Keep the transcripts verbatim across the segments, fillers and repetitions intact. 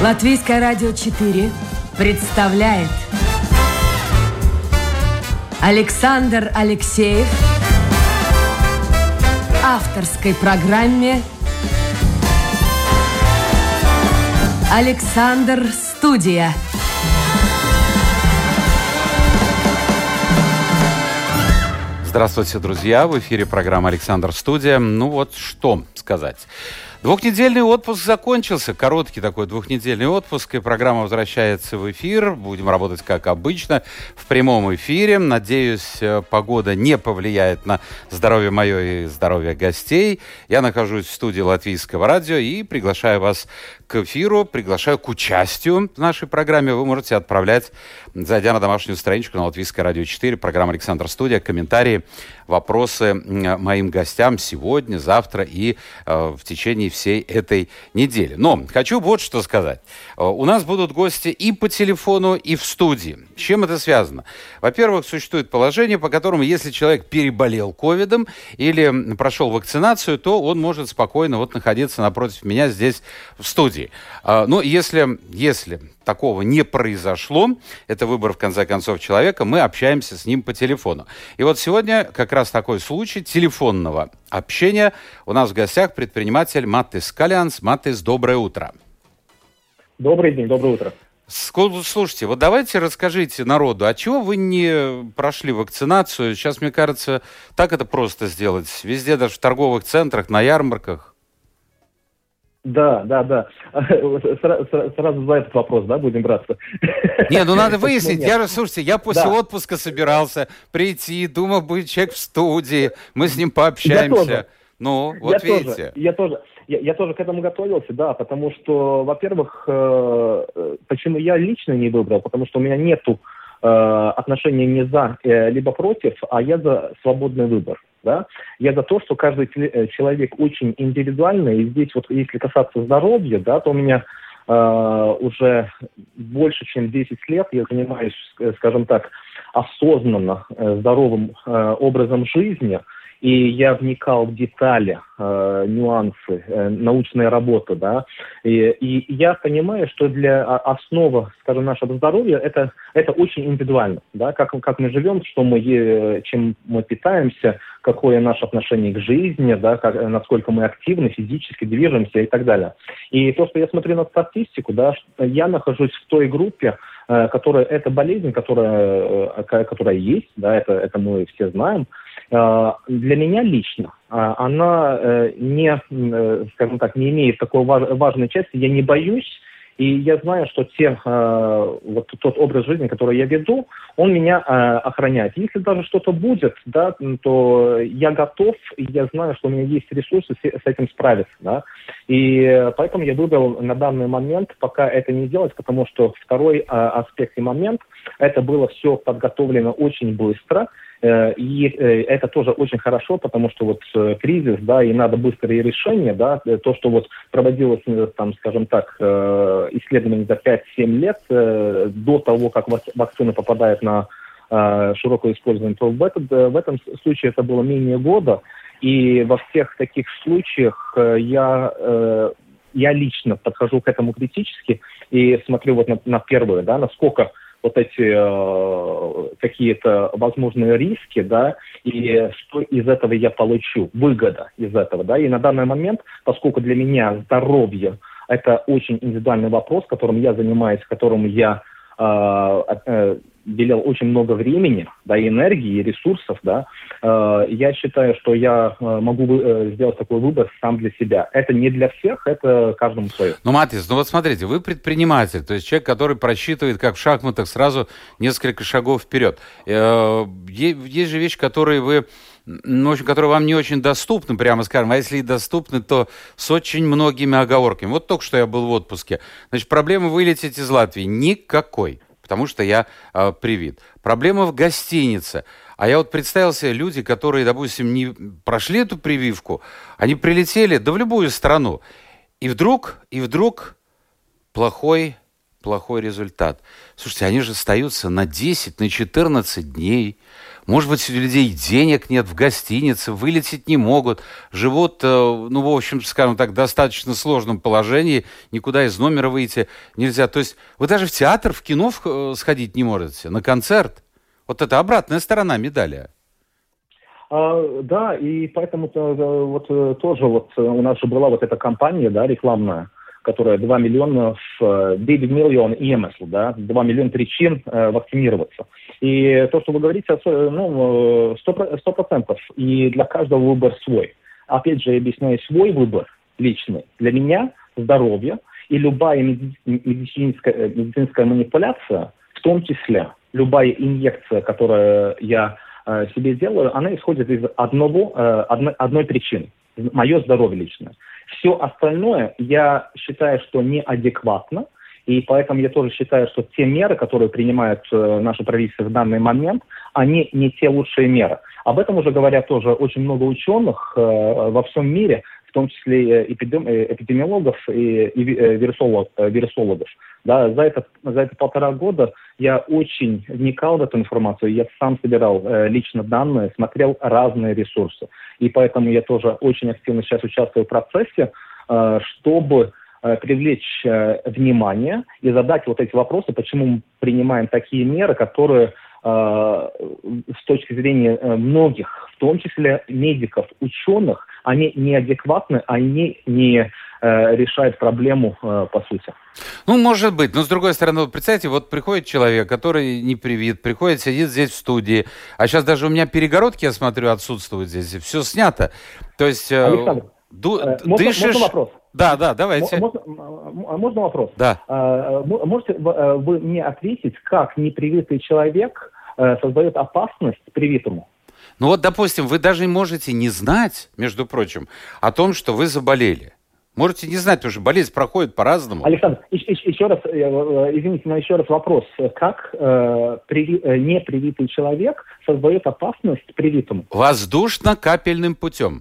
Латвийское радио четыре представляет Александр Алексеев в авторской программе «Александр Студия». Здравствуйте, друзья! В эфире программа «Александр Студия». Ну вот что сказать. Двухнедельный отпуск закончился, короткий такой двухнедельный отпуск, и программа возвращается в эфир. Будем работать, как обычно, в прямом эфире. Надеюсь, погода не повлияет на здоровье мое и здоровье гостей. Я нахожусь в студии Латвийского радио и приглашаю вас к эфиру, приглашаю к участию в нашей программе. Вы можете отправлять, зайдя на домашнюю страничку на Латвийское радио четыре, программа «Александр Студия», комментарии, вопросы моим гостям сегодня, завтра и э, в течение всей этой недели. Но хочу вот что сказать. У нас будут гости и по телефону, и в студии. С чем это связано? Во-первых, существует положение, по которому, если человек переболел ковидом или прошел вакцинацию, то он может спокойно вот находиться напротив меня здесь в студии. Но если, если такого не произошло, это выбор, в конце концов, человека, мы общаемся с ним по телефону. И вот сегодня как раз такой случай телефонного общения. У нас в гостях предприниматель Матис Калянс. Матис, доброе утро. Добрый день, доброе утро. Слушайте, вот давайте расскажите народу, а чего вы не прошли вакцинацию? Сейчас, мне кажется, так это просто сделать. Везде, даже в торговых центрах, на ярмарках. Да, да, да. Сразу, сразу за этот вопрос, да, будем браться? Не, ну надо выяснить. Я же, слушайте, я после да. отпуска собирался прийти, думал, будет человек в студии, мы с ним пообщаемся. Я тоже. Ну, вот я видите. Тоже, я тоже. Я, я тоже к этому готовился, да, потому что, во-первых, э, почему я лично не выбрал, потому что у меня нету э, отношения не за, э, либо против, а я за свободный выбор, да. Я за то, что каждый человек очень индивидуальный, и здесь вот, если касаться здоровья, да, то у меня э, уже больше, чем десять лет я занимаюсь, скажем так, осознанно э, здоровым э, образом жизни. И я вникал в детали, э, нюансы, э, научная работа, да. И, и я понимаю, что для основы, скажем, нашего здоровья это, это очень индивидуально, да, как, как мы живем, что мы, чем мы питаемся, какое наше отношение к жизни, да, как, насколько мы активны, физически движемся и так далее. И то, что я смотрю на статистику, да, я нахожусь в той группе, э, которая, эта болезнь, которая, э, которая есть, да, это, это мы все знаем. Для меня лично она не, скажем так, не имеет такой важной части. Я не боюсь, и я знаю, что те, вот тот образ жизни, который я веду, он меня охраняет. Если даже что-то будет, да, то я готов, и я знаю, что у меня есть ресурсы с этим справиться. Да. И поэтому я выбрал на данный момент пока это не делать, потому что второй аспект и момент, это было все подготовлено очень быстро. И это тоже очень хорошо, потому что вот кризис, да, и надо быстрые решения, да, то, что вот проводилось, там, скажем так, исследование за пять-семь лет до того, как вакцина попадает на широкое использование, то в, этот, в этом случае это было менее года, и во всех таких случаях я, я лично подхожу к этому критически и смотрю вот на, на первое, да, насколько вот эти э, какие-то возможные риски, да, и что из этого я получу, выгода из этого, да, и на данный момент, поскольку для меня здоровье – это очень индивидуальный вопрос, которым я занимаюсь, которым я э, э, делил очень много времени, да, и энергии, и ресурсов, да, э, я считаю, что я э, могу э, сделать такой выбор сам для себя. Это не для всех, это каждому свое. Ну, Матис, ну вот смотрите, вы предприниматель, то есть человек, который просчитывает, как в шахматах, сразу несколько шагов вперед. Э, есть же вещи, которые вы, ну, в общем, которые вам не очень доступны, прямо скажем, а если и доступны, то с очень многими оговорками. Вот только что я был в отпуске. Значит, проблемы вылететь из Латвии никакой. Потому что я э, привит. Проблема в гостинице. А я вот представил себе люди, которые, допустим, не прошли эту прививку, они прилетели, да в любую страну. И вдруг, и вдруг плохой, плохой результат. Слушайте, они же остаются на десять, на четырнадцать дней. Может быть, у людей денег нет в гостинице, вылететь не могут, живут, ну, в общем, скажем так, в достаточно сложном положении, никуда из номера выйти нельзя. То есть вы даже в театр, в кино сходить не можете, на концерт. Вот это обратная сторона медали. А, да, и поэтому вот тоже вот у нас же была вот эта кампания, да, рекламная, которая два миллиона, девять миллионов иемеслов, да, два миллиона причин э, вакцинироваться. И то, что вы говорите, ну, сто процентов, и для каждого выбор свой. Опять же, я объясняю свой выбор личный. Для меня здоровье и любая медицинская, медицинская манипуляция, в том числе любая инъекция, которую я э, себе делаю, она исходит из одного, э, одной, одной причины. Мое здоровье личное. Все остальное я считаю, что неадекватно, и поэтому я тоже считаю, что те меры, которые принимает э, наше правительство в данный момент, они не те лучшие меры. Об этом уже говорят тоже очень много ученых э, во всем мире, в том числе эпидем, эпидемиологов и, и вирусолог, вирусологов. Да, за, это, за это полтора года я очень вникал в эту информацию, я сам собирал э, лично данные, смотрел разные ресурсы. И поэтому я тоже очень активно сейчас участвую в процессе, э, чтобы э, привлечь э, внимание и задать вот эти вопросы, почему мы принимаем такие меры, которые э, с точки зрения э, многих, в том числе медиков, ученых, они неадекватны, они не э, решают проблему э, по сути. Ну, может быть. Но, с другой стороны, вот представьте, вот приходит человек, который не привит, приходит, сидит здесь в студии, а сейчас даже у меня перегородки, я смотрю, отсутствуют здесь, все снято. То есть... Александр, ду- э, можно, дышишь... можно вопрос? Да, да, давайте. Можно, можно вопрос? Да. Можете вы мне ответить, как непривитый человек создает опасность привитому? Ну вот, допустим, вы даже можете не знать, между прочим, о том, что вы заболели. Можете не знать, потому что болезнь проходит по-разному. Александр, еще, еще раз, извините, но еще раз вопрос. Как э, приви, непривитый человек создает опасность привитому? Воздушно-капельным путем.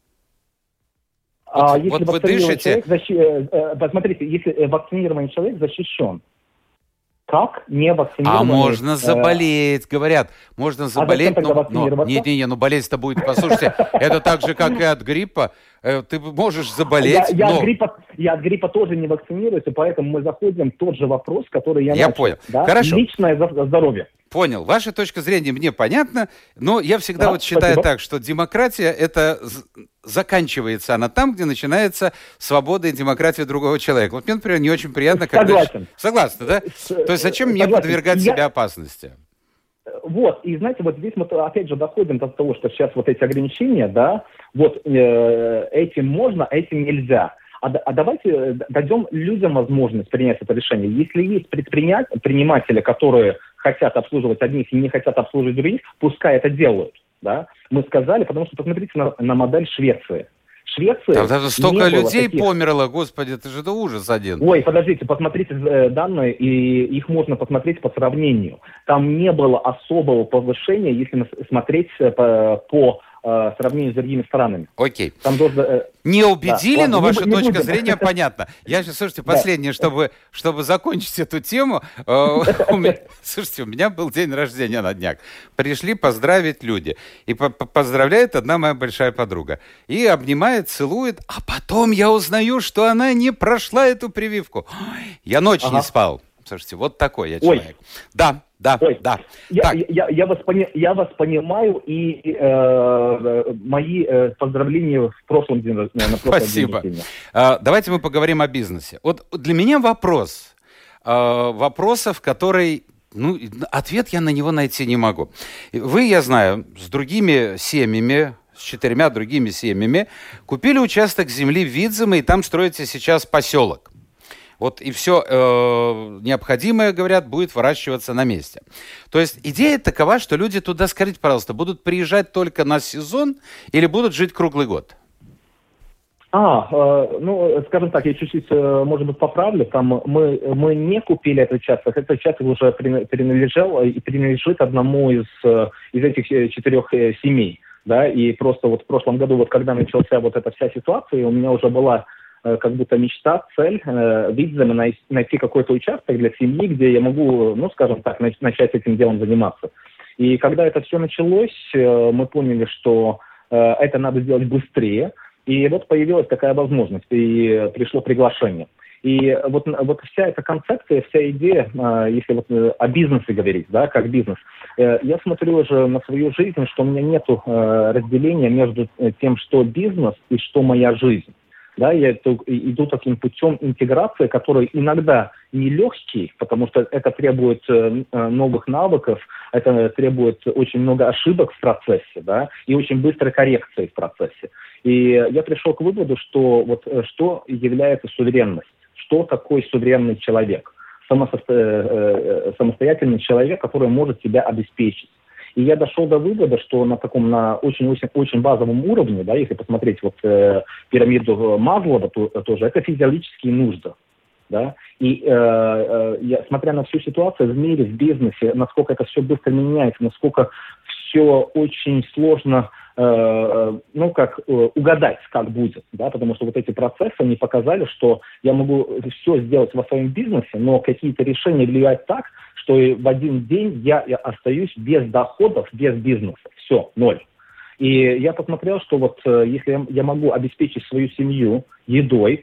А вот, если вот вы вакцинированный дышите... человек, защи... посмотрите, если вакцинированный человек защищен, как не вакцинированный... А можно заболеть, говорят. Можно заболеть, а но... но... Не-не-не, ну болезнь-то будет, послушайте, это так же, как и от гриппа. Ты можешь заболеть, я, я, но... от гриппа, я от гриппа тоже не вакцинируюсь, и поэтому мы заходим в тот же вопрос, который я Я начал. понял. Да? Хорошо. Личное здоровье. Понял. Ваша точка зрения мне понятна, но я всегда да, вот считаю спасибо. так, что демократия это заканчивается она там, где начинается свобода и демократия другого человека. Вот мне, например, не очень приятно, когда... Согласен. Согласны, да? То есть зачем мне Согласен. подвергать я... себя опасности? Вот, и знаете, вот здесь мы опять же доходим до того, что сейчас вот эти ограничения, да, вот э, этим можно, этим нельзя. А, а давайте дадим людям возможность принять это решение. Если есть предприниматели, которые хотят обслуживать одних и не хотят обслуживать других, пускай это делают. Да? Мы сказали, потому что посмотрите на, на модель Швеции. Швеции там даже столько людей таких... померло, господи, это же это ужас один. Ой, подождите, посмотрите данные, и их можно посмотреть по сравнению. Там не было особого повышения, если смотреть по, по э, сравнению с другими странами. Окей. Там должно, э... Не убедили, да, но ладно, ваша не, не точка будем. зрения понятна. Я сейчас, слушайте, последнее, чтобы, чтобы закончить эту тему. Слушайте, у меня был день рождения на днях. Пришли поздравить люди. И поздравляет одна моя большая подруга. И обнимает, целует. А потом я узнаю, что она не прошла эту прививку. Я ночь не спал. Слушайте, вот такой я человек. Да. Да, Ой, да. Я, я, я, вас пони, я вас понимаю, и э, мои э, поздравления в прошлом дне. На прошлом Спасибо. Дне. Uh, давайте мы поговорим о бизнесе. Вот для меня вопрос, uh, вопросов, который, ну, ответ я на него найти не могу. Вы, я знаю, с другими семьями, с четырьмя другими семьями купили участок земли в Видземе, и там строите сейчас поселок. Вот и все э, необходимое, говорят, будет выращиваться на месте. То есть идея такова, что люди туда, скажите, пожалуйста, будут приезжать только на сезон или будут жить круглый год? А, э, ну, скажем так, я чуть-чуть, э, может быть, поправлю. Там мы, мы не купили этот участок. Этот участок уже принадлежал и принадлежит одному из, из этих четырех семей. Да? И просто вот в прошлом году, вот когда начался вот эта вся ситуация, у меня уже была как будто мечта, цель, э, Видземе найти какой-то участок для семьи, где я могу, ну, скажем так, начать этим делом заниматься. И когда это все началось, мы поняли, что это надо сделать быстрее. И вот появилась такая возможность, и пришло приглашение. И вот, вот вся эта концепция, вся идея, если вот о бизнесе говорить, да, как бизнес, я смотрю уже на свою жизнь, что у меня нет разделения между тем, что бизнес и что моя жизнь. Да, я иду таким путем интеграции, который иногда нелегкий, потому что это требует новых навыков, это требует очень много ошибок в процессе, да, и очень быстрой коррекции в процессе. И я пришел к выводу, что вот что является суверенность, что такое суверенный человек, самостоятельный человек, который может себя обеспечить. И я дошел до вывода, что на таком, на очень-очень очень базовом уровне, да, если посмотреть вот э, пирамиду Маслова, то, тоже это физиологические нужды. Да? И э, э, я, смотря на всю ситуацию в мире, в бизнесе, насколько это все быстро меняется, насколько все очень сложно э, ну, как, э, угадать, как будет. Да? Потому что вот эти процессы, они показали, что я могу все сделать во своем бизнесе, но какие-то решения влияют так, что в один день я остаюсь без доходов, без бизнеса. Все, ноль. И я посмотрел, что вот если я могу обеспечить свою семью едой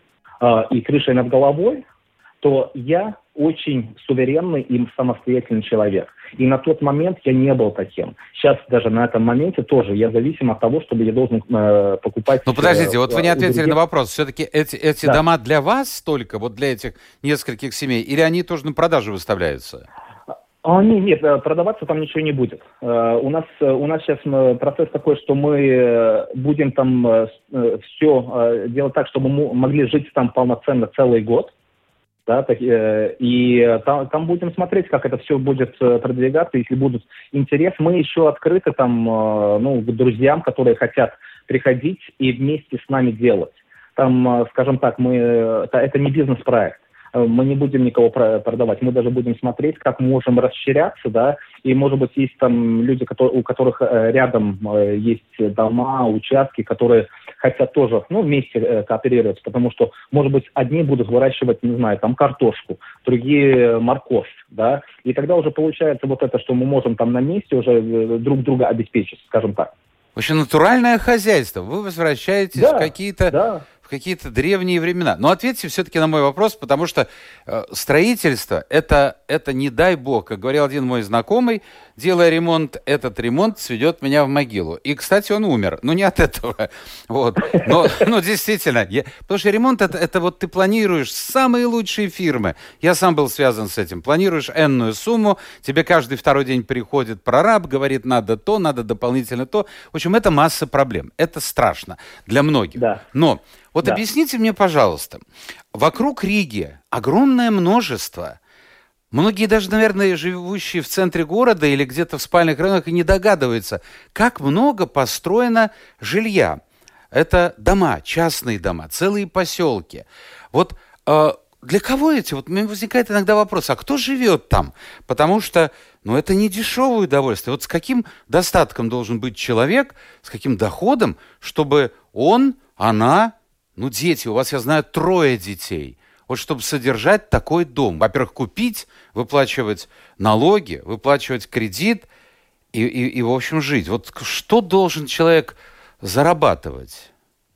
э, и крышей над головой, то я очень суверенный и самостоятельный человек. И на тот момент я не был таким. Сейчас даже на этом моменте тоже я зависим от того, чтобы я должен э, покупать... Ну, подождите, э, вот вы не ответили других... на вопрос. Все-таки эти, эти да. дома для вас только, вот для этих нескольких семей, или они тоже на продажу выставляются? А, нет, нет, продаваться там ничего не будет. Uh, у нас, у нас сейчас процесс такой, что мы будем там uh, все uh, делать так, чтобы мы могли жить там полноценно целый год. Да, так, э, и там, там будем смотреть, как это все будет э, продвигаться, если будут интерес. Мы еще открыты там, э, ну, к друзьям, которые хотят приходить и вместе с нами делать. Там, э, скажем так, мы, это, это не бизнес-проект. Мы не будем никого продавать, мы даже будем смотреть, как можем расширяться, да, и, может быть, есть там люди, которые, у которых рядом есть дома, участки, которые хотят тоже, ну, вместе кооперироваться, потому что, может быть, одни будут выращивать, не знаю, там, картошку, другие морковь, да, и тогда уже получается вот это, что мы можем там на месте уже друг друга обеспечить, скажем так. В общем, натуральное хозяйство. Вы возвращаетесь да, в какие-то... Да. в какие-то древние времена. Но ответьте все-таки на мой вопрос, потому что э, строительство это, это не дай бог, как говорил один мой знакомый, делая ремонт, этот ремонт сведет меня в могилу. И, кстати, он умер, но не от этого. Вот. Но, но действительно, я, потому что ремонт это, это вот ты планируешь самые лучшие фирмы. Я сам был связан с этим. Планируешь энную сумму, тебе каждый второй день приходит прораб, говорит, надо то, надо дополнительно то. В общем, это масса проблем. Это страшно для многих. Да. Но вот да. объясните мне, пожалуйста, вокруг Риги огромное множество, многие даже, наверное, живущие в центре города или где-то в спальных районах и не догадываются, как много построено жилья. Это дома, частные дома, целые поселки. Вот э, для кого эти? Вот у меня возникает иногда вопрос, а кто живет там? Потому что, ну, это не дешевое удовольствие. Вот с каким достатком должен быть человек, с каким доходом, чтобы он, она... Ну, дети, у вас, я знаю, трое детей. Вот чтобы содержать такой дом. Во-первых, купить, выплачивать налоги, выплачивать кредит и, и, и, в общем, жить. Вот что должен человек зарабатывать?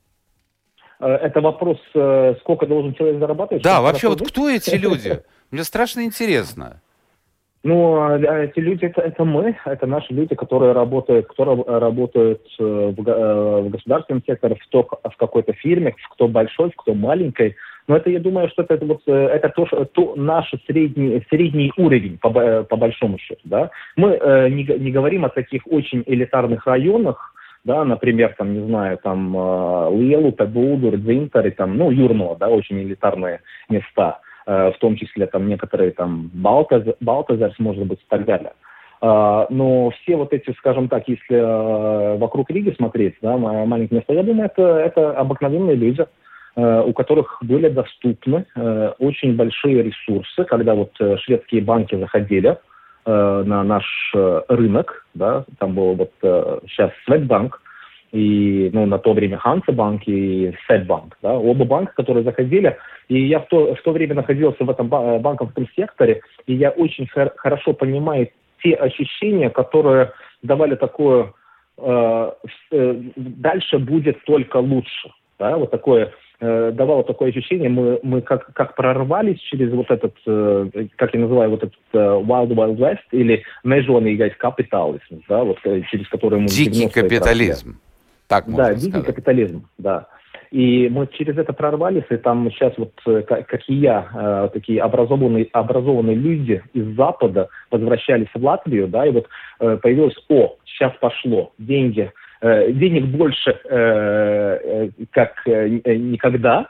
Это вопрос, сколько должен человек зарабатывать? Да, вообще, вот кто эти люди? Мне страшно интересно. Ну, эти люди это, это мы, это наши люди, которые работают, кто работают в, в государственном секторе, кто в какой-то фирме, кто большой, кто маленькой. Но это, я думаю, что это, вот, это то, то наш средний, средний уровень, по, по большому счету. Да? Мы э, не, не говорим о таких очень элитарных районах, да, например, там, не знаю, там, Лиелупе, Булдур, Дзинтари, там, ну, Юрмала, да, очень элитарные места. В том числе там некоторые там Балтазерс, Балтазерс, может быть, и так далее. Но все вот эти, скажем так, если вокруг Риги смотреть, да, маленькие места, я думаю, это, это обыкновенные люди, у которых были доступны очень большие ресурсы, когда вот шведские банки заходили на наш рынок, да, там был вот сейчас Светбанк, и, ну, на то время Хансебанк и Сетбанк, да, оба банка, которые заходили, и я в то, в то время находился в этом банковском секторе, и я очень хор- хорошо понимаю те ощущения, которые давали такое э, э, дальше будет только лучше. Да? Вот такое э, давало такое ощущение, мы, мы как, как прорвались через вот этот, э, как я называю, вот этот э, Wild Wild West или международный капитализм, да, вот, через который мы... Дикий капитализм. Так можно да, сказать. дикий капитализм, да. И мы через это прорвались, и там сейчас вот, как, как и я, э, такие образованные, образованные люди из Запада возвращались в Латвию, да, и вот э, появилось, о, сейчас пошло, деньги, э, денег больше, э, э, как э, никогда,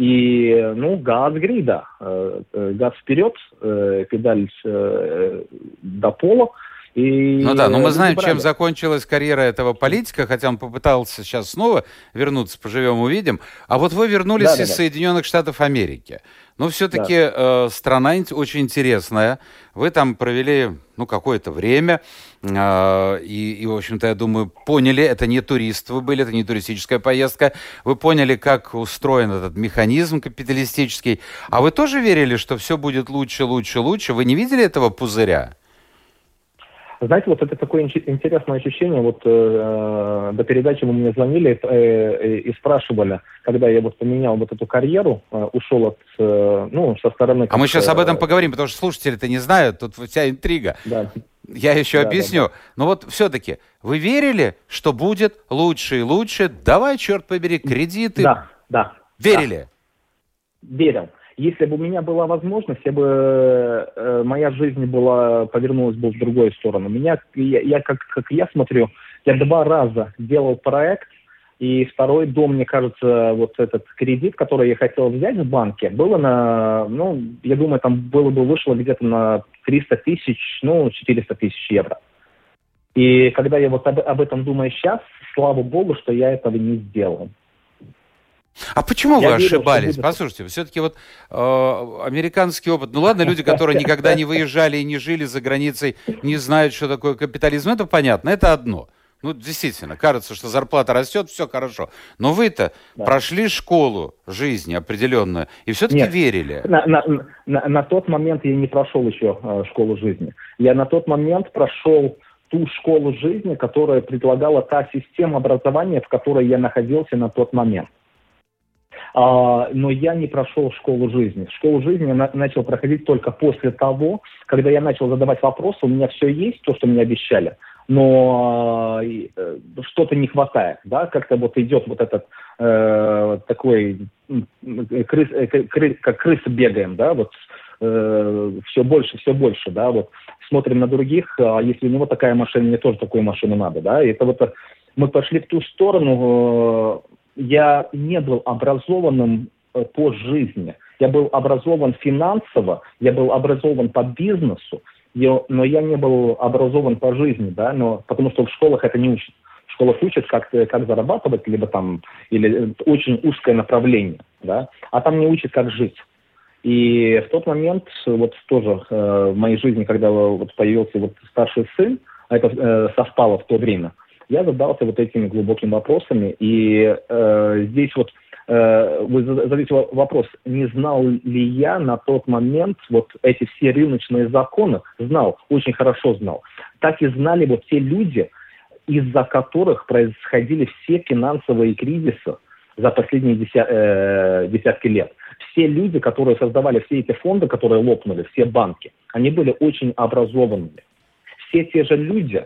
и, ну, газ грида, э, э, газ вперед, э, педаль э, до пола. И ну да, но мы знаем, брали. чем закончилась карьера этого политика, хотя он попытался сейчас снова вернуться, поживем, увидим. А вот вы вернулись да, из да, Соединенных Штатов Америки. Но все-таки да. э, страна очень интересная. Вы там провели, ну, какое-то время. Э, и, и, в общем-то, я думаю, поняли, это не турист вы были, это не туристическая поездка. Вы поняли, как устроен этот механизм капиталистический. А вы тоже верили, что все будет лучше, лучше, лучше? Вы не видели этого пузыря? Знаете, вот это такое интересное ощущение. Вот э, до передачи вы мне звонили э, э, и спрашивали, когда я вот поменял вот эту карьеру, э, ушел от, э, ну, со стороны... А мы сейчас об этом поговорим, потому что слушатели-то не знают, тут вся интрига. Да. Я еще да, объясню. Да, да. Но вот все-таки, вы верили, что будет лучше и лучше? Давай, черт побери, кредиты. Да, да. Верили? Да. Верил. Если бы у меня была возможность, я бы, э, моя жизнь была, повернулась бы в другую сторону. Меня, я, я как, как я смотрю, я два раза делал проект, и второй дом, мне кажется, вот этот кредит, который я хотел взять в банке, было на, ну, я думаю, там было бы вышло где-то на триста тысяч, ну, четыреста тысяч евро. И когда я вот об, об этом думаю сейчас, слава богу, что я этого не сделал. А почему я вы верил, ошибались? Будет... Послушайте, все-таки вот э, американский опыт, ну ладно, люди, которые никогда не выезжали и не жили за границей, не знают, что такое капитализм, это понятно, это одно. Ну, действительно, кажется, что зарплата растет, все хорошо. Но вы-то да. прошли школу жизни определенную и все-таки Нет, верили. На, на, на, на тот момент я не прошел еще э, школу жизни. Я на тот момент прошел ту школу жизни, которая предлагала та система образования, в которой я находился на тот момент. Uh, но я не прошел школу жизни. Школу жизни я на- начал проходить только после того, когда я начал задавать вопросы, у меня все есть, то, что мне обещали, но uh, что-то не хватает, да, как-то вот идет вот этот uh, такой, крыс, кры, как крысы бегаем, да, вот uh, все больше, все больше, да, вот смотрим на других, а если у него такая машина, мне тоже такую машину надо, да, и это вот мы пошли в ту сторону. Я не был образованным э, по жизни. Я был образован финансово, я был образован по бизнесу, я, но я не был образован по жизни, да, но, потому что в школах это не учат. В школах учат, как, как зарабатывать, либо там, или очень узкое направление, да, а там не учат, как жить. И в тот момент, вот тоже э, в моей жизни, когда вот появился вот старший сын, это э, совпало в то время, я задался вот этими глубокими вопросами, и э, здесь вот э, вы задаете вопрос, не знал ли я на тот момент вот эти все рыночные законы? Знал, очень хорошо знал. Так и знали вот те люди, из-за которых происходили все финансовые кризисы за последние деся, э, десятки лет. Все люди, которые создавали все эти фонды, которые лопнули, все банки, они были очень образованными. Все те же люди,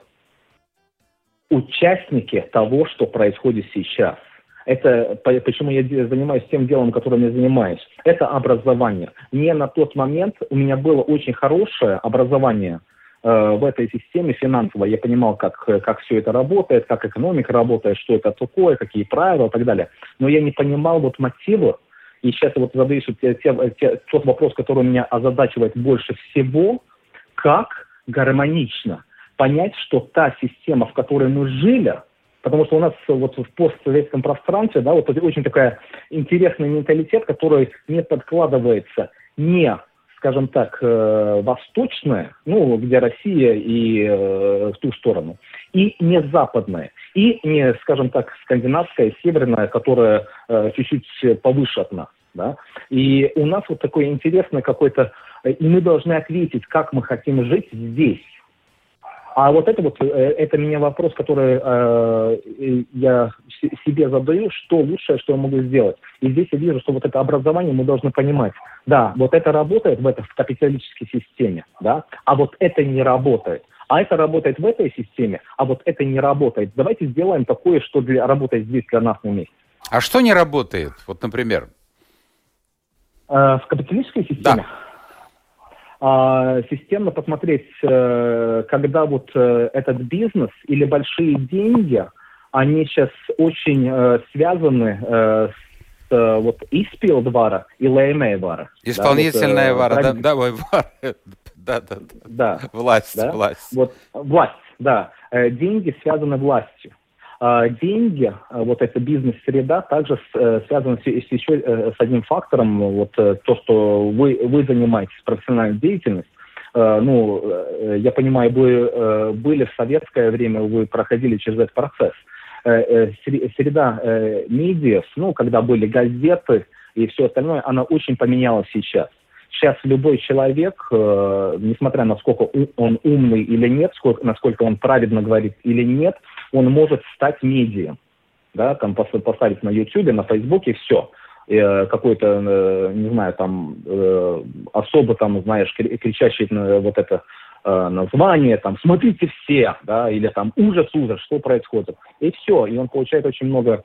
участники того, что происходит сейчас. Это почему я занимаюсь тем делом, которым я занимаюсь. Это образование. Мне на тот момент, у меня было очень хорошее образование э, в этой системе финансовой. Я понимал, как, как все это работает, как экономика работает, что это такое, какие правила и так далее. Но я не понимал вот мотивы. И сейчас я вот задаюсь вот те, те, тот вопрос, который меня озадачивает больше всего, как гармонично понять, что та система, в которой мы жили, потому что у нас вот в постсоветском пространстве, да, вот очень такая интересный менталитет, который не подкладывается не, скажем так, э, восточное, ну, где Россия и э, в ту сторону, и не западное, и не, скажем так, скандинавское, северное, которое э, чуть-чуть повыше от нас, да. И у нас вот такой интересный какой-то, и мы должны ответить, как мы хотим жить здесь. А вот это вот, это меня вопрос, который э, я себе задаю, что лучшее, что я могу сделать. И здесь я вижу, что вот это образование мы должны понимать. Да, вот это работает в этой в капиталистической системе, да, а вот это не работает. А это работает в этой системе, а вот это не работает. Давайте сделаем такое, что для, работает здесь для нас на месте. А что не работает? Вот, например. Э, в капиталистической системе? Да. Системно посмотреть, когда вот этот бизнес или большие деньги, они сейчас очень связаны с вот изпилдвара и леймейвара. Исполнительная да, вара, вот, да, да, ой, вара. Да, да, да. Власть, да? власть. Вот, власть, да. Деньги связаны властью. Деньги, вот эта бизнес-среда, также связана с, с еще с одним фактором, вот то, что вы, вы занимаетесь профессиональной деятельностью. Ну, я понимаю, вы были в советское время, вы проходили через этот процесс. Среда медиа, ну, когда были газеты и все остальное, она очень поменялась сейчас. Сейчас любой человек, несмотря на сколько он умный или нет, сколько, насколько он правильно говорит или нет, он может стать медиа, да, там поставить на Ютубе, на Фейсбуке, все. Э, какой-то, э, не знаю, там, э, особо, там, знаешь, кричащий э, вот это э, название, там, смотрите все, да, или там ужас, ужас, что происходит. И все, и он получает очень много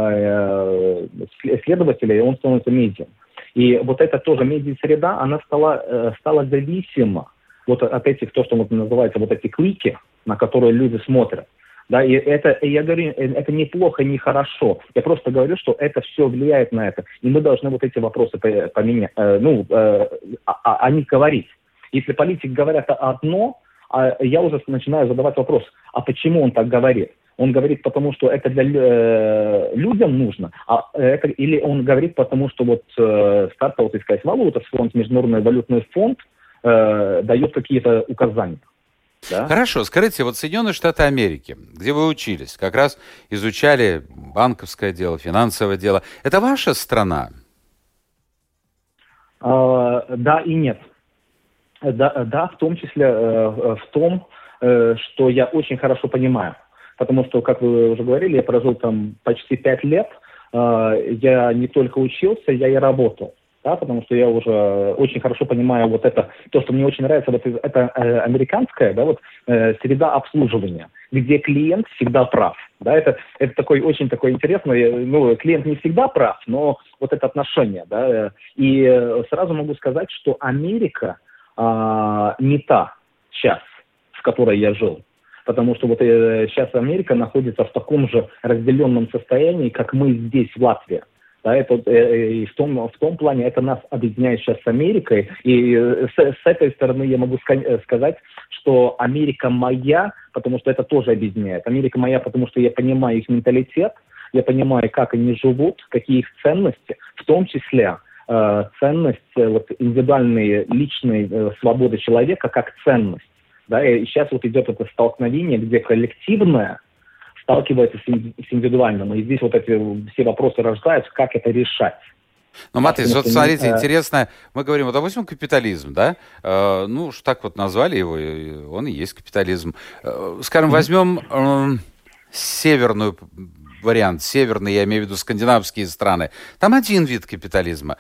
э, следователей, и он становится медиа. И вот эта тоже медиа-среда, она стала, э, стала зависима вот от этих, то, что вот называется, вот эти клики, на которые люди смотрят. Да, и это, и я говорю, это неплохо, не хорошо. Я просто говорю, что это все влияет на это. И мы должны вот эти вопросы поменять, э, ну, э, о, о них говорить. Если политики говорят одно, а я уже начинаю задавать вопрос, а почему он так говорит? Он говорит, потому что это для э, людям нужно, а это, или он говорит, потому что вот э, стартовая, так сказать, валюта, фонд, Международный валютный фонд э, дает какие-то указания. Да? Хорошо, скажите, вот Соединенные Штаты Америки, где вы учились, как раз изучали банковское дело, финансовое дело. Это ваша страна? А, да и нет. Да, да, в том числе э, в том, э, что я очень хорошо понимаю. Потому что, как вы уже говорили, я прожил там почти пять лет. Э, я не только учился, я и работал. Да, потому что я уже очень хорошо понимаю вот это, то, что мне очень нравится, вот это э, американская, да, вот э, среда обслуживания, где клиент всегда прав. Да, это, это такой очень такой интересный, ну, клиент не всегда прав, но вот это отношение, да, и сразу могу сказать, что Америка э, не та сейчас, в которой я жил. Потому что вот э, сейчас Америка находится в таком же разделенном состоянии, как мы здесь, в Латвии. Да, это, э, и в том, в том плане это нас объединяет сейчас с Америкой. И э, с, с этой стороны я могу ска- сказать, что Америка моя, потому что это тоже объединяет. Америка моя, потому что я понимаю их менталитет, я понимаю, как они живут, какие их ценности, в том числе э, ценность э, вот, индивидуальной личной э, свободы человека как ценность. Да, и сейчас вот идет это столкновение, где коллективное сталкивается с индивидуальным. И здесь вот эти все вопросы рождаются, как это решать. Ну, Матвей, вот смотрите, не... интересно, мы говорим, вот, допустим, капитализм, да, э, ну, уж так вот назвали его, он и есть капитализм. Э, скажем, возьмем э, северную вариант, северный, я имею в виду скандинавские страны, там один вид капитализма.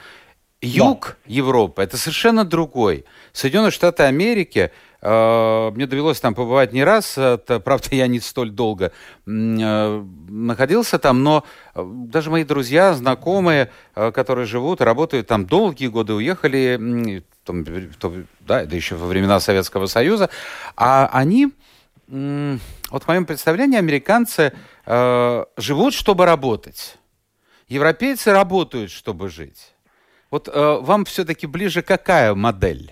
Юг да. Европы – это совершенно другой. Соединенные Штаты Америки, э, мне довелось там побывать не раз, это, правда, я не столь долго э, находился там, но даже мои друзья, знакомые, э, которые живут и работают там долгие годы, уехали, э, там, то, да, это еще во времена Советского Союза, а они, э, вот в моем представлении, американцы э, живут, чтобы работать. Европейцы работают, чтобы жить. Вот э, вам все-таки ближе какая модель?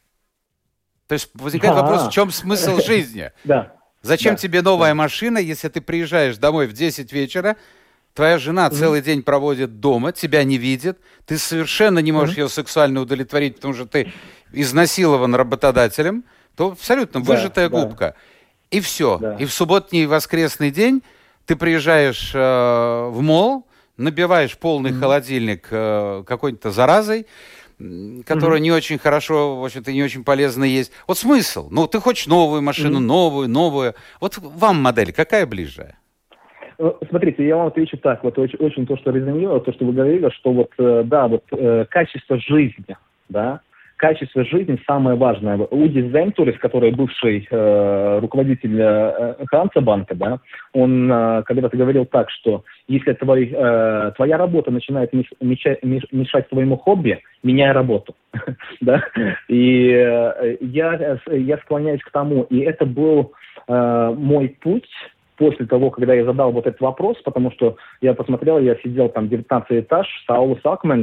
То есть возникает А-а-а. вопрос, в чем смысл жизни? Да. Зачем да. тебе новая да. машина, если ты приезжаешь домой в десять вечера, твоя жена mm-hmm. целый день проводит дома, тебя не видит, ты совершенно не можешь mm-hmm. ее сексуально удовлетворить, потому что ты изнасилован работодателем, то абсолютно да, выжатая да. губка. И все. Да. И в субботний и воскресный день ты приезжаешь э, в молл, набиваешь полный mm-hmm. холодильник э, какой-то заразой, которая mm-hmm. не очень хорошо, в общем-то, не очень полезно есть. Вот смысл. Ну, ты хочешь новую машину, mm-hmm. новую, новую. Вот вам модель какая ближе? Смотрите, я вам отвечу так. Вот очень, очень то, что резонировало, то, что вы говорили, что вот, да, вот качество жизни, да, качество жизни самое важное. Удис Вентурис, который бывший э, руководитель э, Хансабанка, да, он э, когда-то говорил так, что если твой, э, твоя работа начинает мешать, мешать твоему хобби, меняй работу. да? И э, я, я склоняюсь к тому, и это был э, мой путь после того, когда я задал вот этот вопрос, потому что я посмотрел, я сидел там девятнадцатый этаж, Саулус Акменс,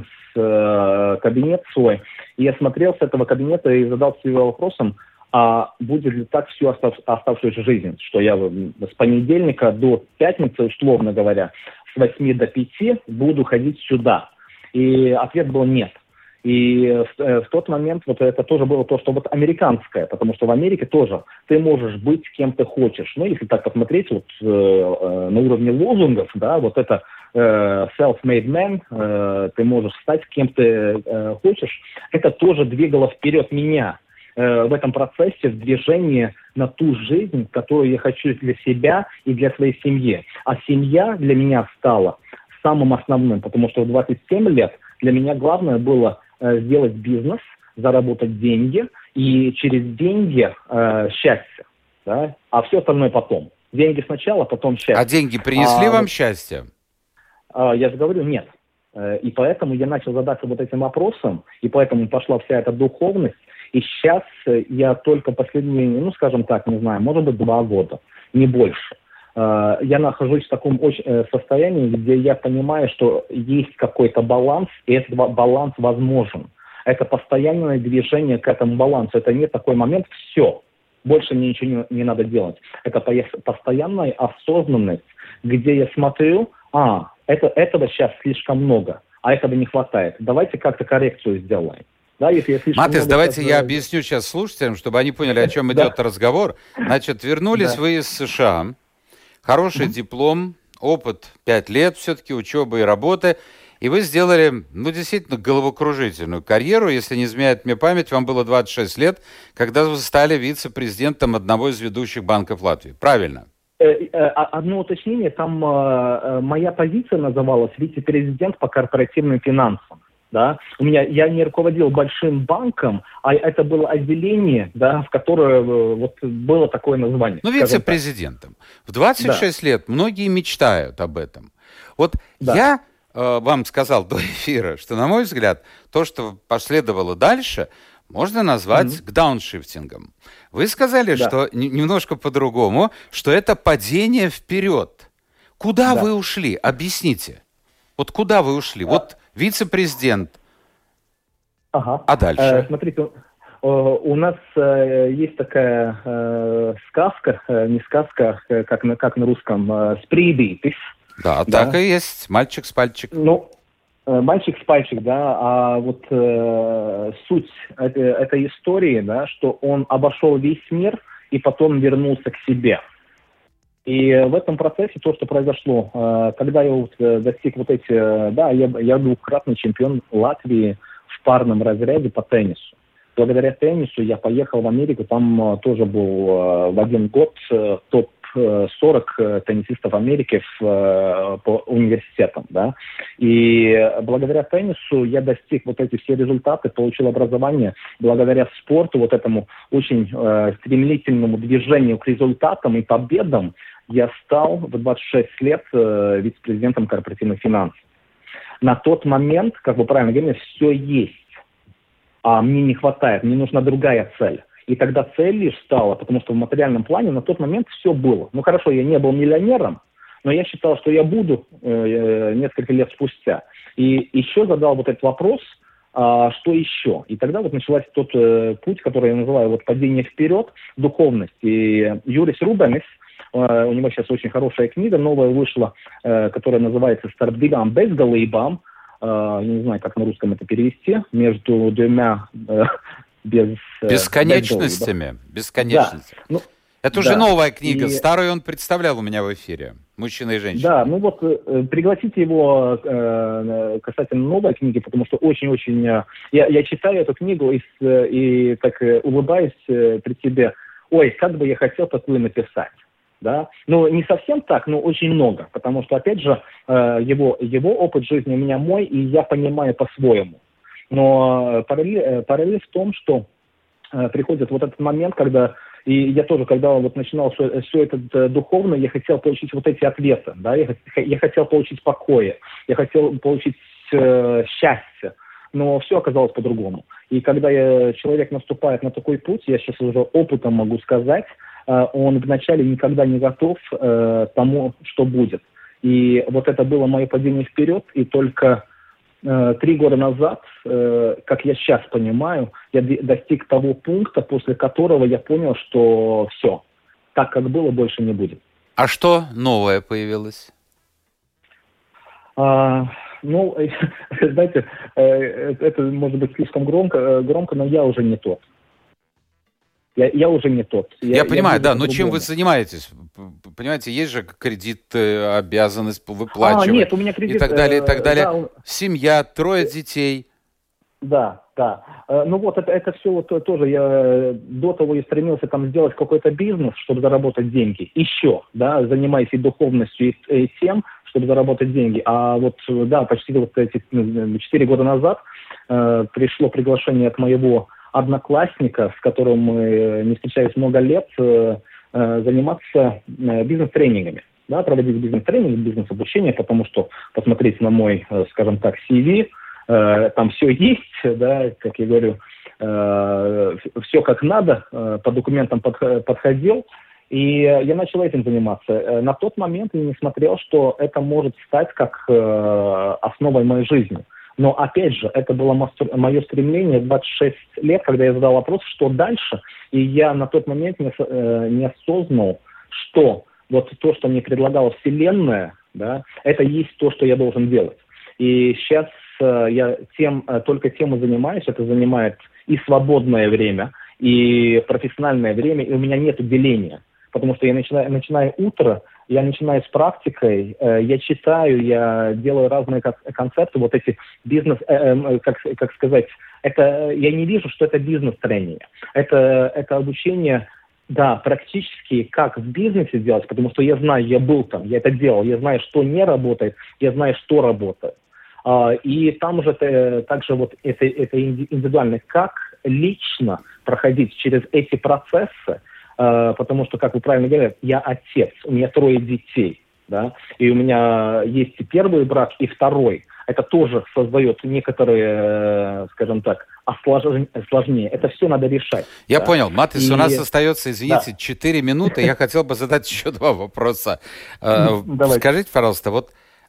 э, кабинет свой, и я смотрел с этого кабинета и задал себе вопросом, а будет ли так всю остав, оставшуюся жизнь, что я с понедельника до пятницы, условно говоря, с восьми до пяти буду ходить сюда. И ответ был нет. И в, в тот момент вот это тоже было то, что вот американское, потому что в Америке тоже ты можешь быть кем ты хочешь. Ну, если так посмотреть вот э, э, на уровне лозунгов, да, вот это э, self-made man, э, ты можешь стать кем ты э, хочешь, это тоже двигало вперед меня э, в этом процессе, в движении на ту жизнь, которую я хочу для себя и для своей семьи. А семья для меня стала самым основным, потому что в двадцать семь лет для меня главное было сделать бизнес, заработать деньги и через деньги э, счастье, да? А все остальное потом. Деньги сначала, потом счастье. А деньги принесли а, вам вот, счастье? А, я же говорю, нет. И поэтому я начал задаться вот этим вопросом, и поэтому пошла вся эта духовность. И сейчас я только последние, ну, скажем так, не знаю, может быть, два года, не больше. Я нахожусь в таком состоянии, где я понимаю, что есть какой-то баланс, и этот баланс возможен. Это постоянное движение к этому балансу. Это не такой момент, все, больше мне ничего не, не надо делать. Это постоянная осознанность, где я смотрю, а, это, этого сейчас слишком много, а этого не хватает. Давайте как-то коррекцию сделаем. Да, если я Матис, давайте сейчас... я объясню сейчас слушателям, чтобы они поняли, о чем идет разговор. Значит, вернулись вы из США. Хороший mm-hmm. диплом, опыт пять лет все-таки, учебы и работы. И вы сделали, ну, действительно, головокружительную карьеру. Если не изменяет мне память, вам было двадцать шесть лет, когда вы стали вице-президентом одного из ведущих банков Латвии. Правильно? Одно уточнение. Там э, моя позиция называлась вице-президент по корпоративным финансам. Да? У меня, я не руководил большим банком, а это было отделение, да, в которое вот, было такое название. Ну, вице-президентом. В двадцать шесть да. лет многие мечтают об этом. Вот да. я э, вам сказал до эфира, что, на мой взгляд, то, что последовало дальше, можно назвать mm-hmm. дауншифтингом. Вы сказали, да. что н- немножко по-другому, что это падение вперед. Куда да. вы ушли? Объясните. Вот куда вы ушли? А... Вот вице-президент. Ага. А дальше? Э, смотрите, э, у нас э, есть такая э, сказка, э, не сказка, э, как, на, как на русском, э, «Спридитис». Да, да, так и есть. Мальчик с пальчик. Ну, э, мальчик с пальчик, да. А вот э, суть этой, этой истории, да, что он обошел весь мир и потом вернулся к себе. И в этом процессе то, что произошло, когда я вот достиг вот эти, да, я, я двукратный чемпион Латвии в парном разряде по теннису. Благодаря теннису я поехал в Америку, там тоже был в один год топ сорок теннисистов Америки в, по университетам, да. И благодаря теннису я достиг вот эти все результаты, получил образование. Благодаря спорту, вот этому очень э, стремительному движению к результатам и победам, я стал в двадцать шесть лет э, вице-президентом корпоративных финансов. На тот момент, как вы правильно говорите, все есть, а мне не хватает, мне нужна другая цель. И тогда цель лишь стала, потому что в материальном плане на тот момент все было. Ну хорошо, я не был миллионером, но я считал, что я буду э, несколько лет спустя. И еще задал вот этот вопрос, а, что еще? И тогда вот начался тот э, путь, который я называю вот падение вперед, духовность. И Юрис Рубенис, э, у него сейчас очень хорошая книга, новая вышла, э, которая называется «Старп дивām bezgalībām». Э, я не знаю, как на русском это перевести. Между двумя... Э, Без, Бесконечностями. Да? Бесконечностями. Да. Ну, это да. уже новая книга. И... Старую он представлял у меня в эфире. Мужчина и женщина. Да, ну вот э, пригласите его э, касательно новой книги, потому что очень-очень... Э, я, я читаю эту книгу и, э, и так э, улыбаюсь э, при себе. Ой, как бы я хотел такую написать. Да? Ну, не совсем так, но очень много. Потому что, опять же, э, его, его опыт жизни у меня мой, и я понимаю по-своему. Но параллель, параллель в том, что э, приходит вот этот момент, когда... И я тоже, когда вот начинал все, все это э, духовно, я хотел получить вот эти ответы, да, я, я хотел получить покоя, я хотел получить э, счастье, но все оказалось по-другому. И когда я, человек наступает на такой путь, я сейчас уже опытом могу сказать, э, он вначале никогда не готов э, тому, что будет. И вот это было мое падение вперед, и только... Три года назад, как я сейчас понимаю, я достиг того пункта, после которого я понял, что все, так как было, больше не будет. А что новое появилось? А, ну, знаете, это может быть слишком громко, громко, но я уже не тот. Я, я уже не тот. Я, я понимаю, я да, но чем вы занимаетесь? Понимаете, есть же кредит, обязанность выплачивать. А, нет, у меня кредит. И так далее, и так далее. Да, семья, трое детей. Да, да. Ну вот, это, это все вот тоже я до того и стремился там сделать какой-то бизнес, чтобы заработать деньги. Еще, да, занимаясь и духовностью, и, и тем, чтобы заработать деньги. А вот, да, почти вот эти четыре года назад э, пришло приглашение от моего одноклассника, с которым мы не встречались много лет, э, э, заниматься э, бизнес-тренингами. Да, проводить бизнес-тренинг, бизнес-обучение, потому что посмотреть на мой, э, скажем так, си ви, э, там все есть, да, как я говорю, э, все как надо, э, по документам под, подходил, и я начал этим заниматься. На тот момент я не смотрел, что это может стать как э, основой моей жизни. Но, опять же, это было мое стремление в двадцать шесть лет, когда я задал вопрос, что дальше. И я на тот момент не, не осознал, что вот то, что мне предлагала Вселенная, да, это есть то, что я должен делать. И сейчас я тем, только тем и занимаюсь. Это занимает и свободное время, и профессиональное время, и у меня нет деления. Потому что я начинаю, начинаю утро, я начинаю с практикой, э, я читаю, я делаю разные концепты, вот эти бизнес, э, э, как, как сказать, это, я не вижу, что это бизнес-тренинг. Это, это обучение, да, практически как в бизнесе делать, потому что я знаю, я был там, я это делал, я знаю, что не работает, я знаю, что работает. А, и там же это, также вот это, это индивидуально, как лично проходить через эти процессы, потому что, как вы правильно говорите, я отец, у меня трое детей, да, и у меня есть и первый брак, и второй. Это тоже создает некоторые, скажем так, осложнения. Это все надо решать. Я да. понял. Матис, и... у нас остается, извините, четыре да. минуты. Я хотел бы задать еще два вопроса. Скажите, пожалуйста, вот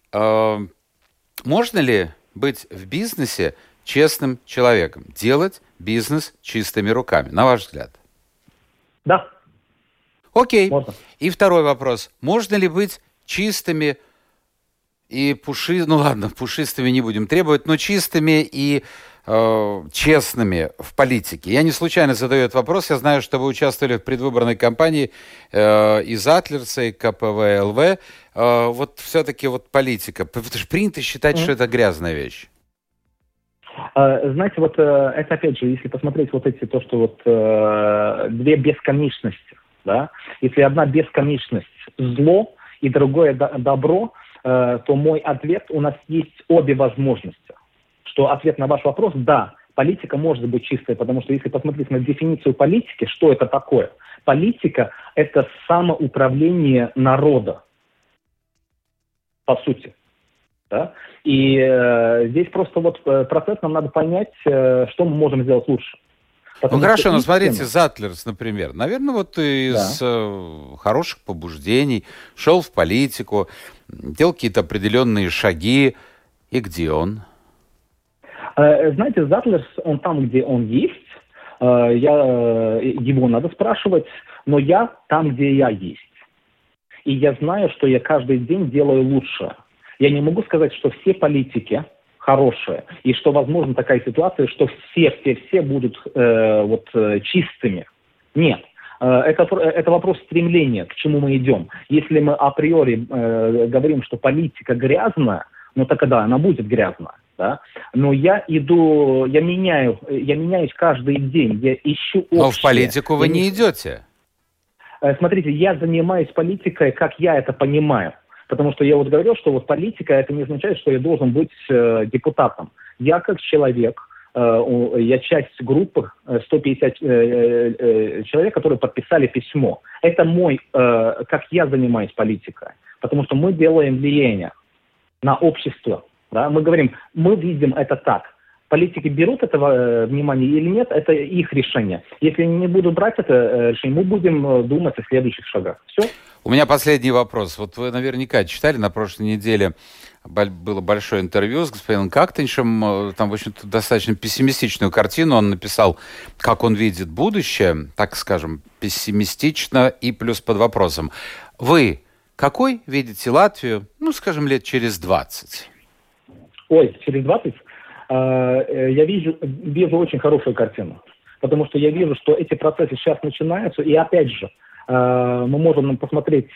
можно ли быть в бизнесе честным человеком? Делать бизнес чистыми руками, на ваш взгляд? Да. Окей. Можно. И второй вопрос. Можно ли быть чистыми и пушистыми, ну ладно, пушистыми не будем требовать, но чистыми и э, честными в политике? Я не случайно задаю этот вопрос. Я знаю, что вы участвовали в предвыборной кампании э, и Затлерса, и ка пэ вэ эл вэ. Э, вот все-таки вот политика. Потому что принято считать, mm-hmm. что это грязная вещь. Знаете, вот это опять же, если посмотреть вот эти, то, что вот э, две бесконечности, да, если одна бесконечность зло и другое добро, э, то мой ответ, у нас есть обе возможности. Что ответ на ваш вопрос, да, политика может быть чистой, потому что если посмотреть на дефиницию политики, что это такое? Политика – это самоуправление народа, по сути. Да? И э, здесь просто вот процесс, нам надо понять, э, что мы можем сделать лучше. Потому ну хорошо, но смотрите, Затлерс, например, наверное, вот из да. э, хороших побуждений шел в политику, делал какие-то определенные шаги. И где он? Э, знаете, Затлерс, он там, где он есть. Э, я, его надо спрашивать, но я там, где я есть. И я знаю, что я каждый день делаю лучше. Я не могу сказать, что все политики хорошие, и что, возможно, такая ситуация, что все-все-все будут э, вот, э, чистыми. Нет. Это, это вопрос стремления, к чему мы идем. Если мы априори э, говорим, что политика грязная, ну тогда она будет грязная. Да? Но я иду, я меняю, я меняюсь каждый день, я ищу общее. Но в политику вы я не идете. Смотрите, я занимаюсь политикой, как я это понимаю. Потому что я вот говорил, что вот политика, это не означает, что я должен быть э, депутатом. Я как человек, э, я часть группы сто пятьдесят э, э, человек, которые подписали письмо. Это мой, э, как я занимаюсь политикой. Потому что мы делаем влияние на общество. Да? Мы говорим, мы видим это так. Политики берут это э, внимание или нет, это их решение. Если они не будут брать это э, решение, мы будем э, думать о следующих шагах. Все? У меня последний вопрос. Вот вы наверняка читали, на прошлой неделе было большое интервью с господином Кактеншем. Там, в общем-то, достаточно пессимистичную картину он написал, как он видит будущее, так скажем, пессимистично и плюс под вопросом. Вы какой видите Латвию, ну, скажем, лет через двадцать? Ой, через двадцать? Э, я вижу, вижу очень хорошую картину. Потому что я вижу, что эти процессы сейчас начинаются, и опять же, мы можем посмотреть,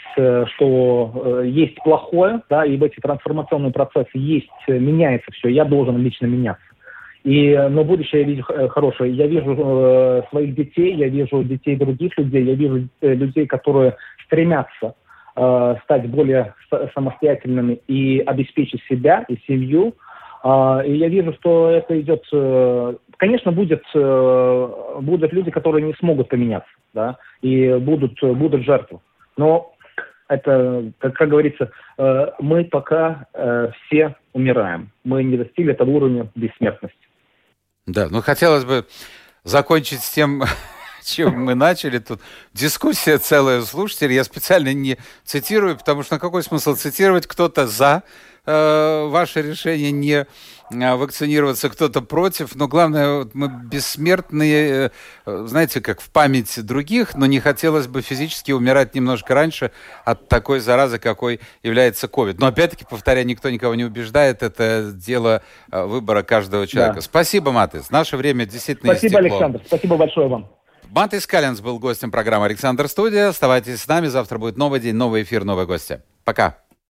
что есть плохое, да, и в эти трансформационные процессы есть, меняется все, я должен лично меняться. И, но будущее я вижу хорошее. Я вижу э, своих детей, я вижу детей других людей, я вижу э, людей, которые стремятся э, стать более самостоятельными и обеспечить себя и семью. Э, и я вижу, что это идет... Э, конечно, будет, э, будут люди, которые не смогут поменяться, да, и будут, будут жертвы. Но это, как, как говорится, э, мы пока э, все умираем. Мы не достигли этого уровня бессмертности. Да, ну хотелось бы закончить с тем, чем мы начали. Тут дискуссия целая у слушателей. Я специально не цитирую, потому что на какой смысл цитировать? Кто-то за э, ваше решение не вакцинироваться, кто-то против. Но главное, вот мы бессмертные, э, знаете, как в память других, но не хотелось бы физически умирать немножко раньше от такой заразы, какой является ковид. Но опять-таки, повторяю, никто никого не убеждает. Это дело э, выбора каждого человека. Да. Спасибо, Матис. Наше время действительно Спасибо, истекло. Александр. Спасибо большое вам. Матис Каллинс был гостем программы «Александр Студия». Оставайтесь с нами. Завтра будет новый день, новый эфир, новые гости. Пока.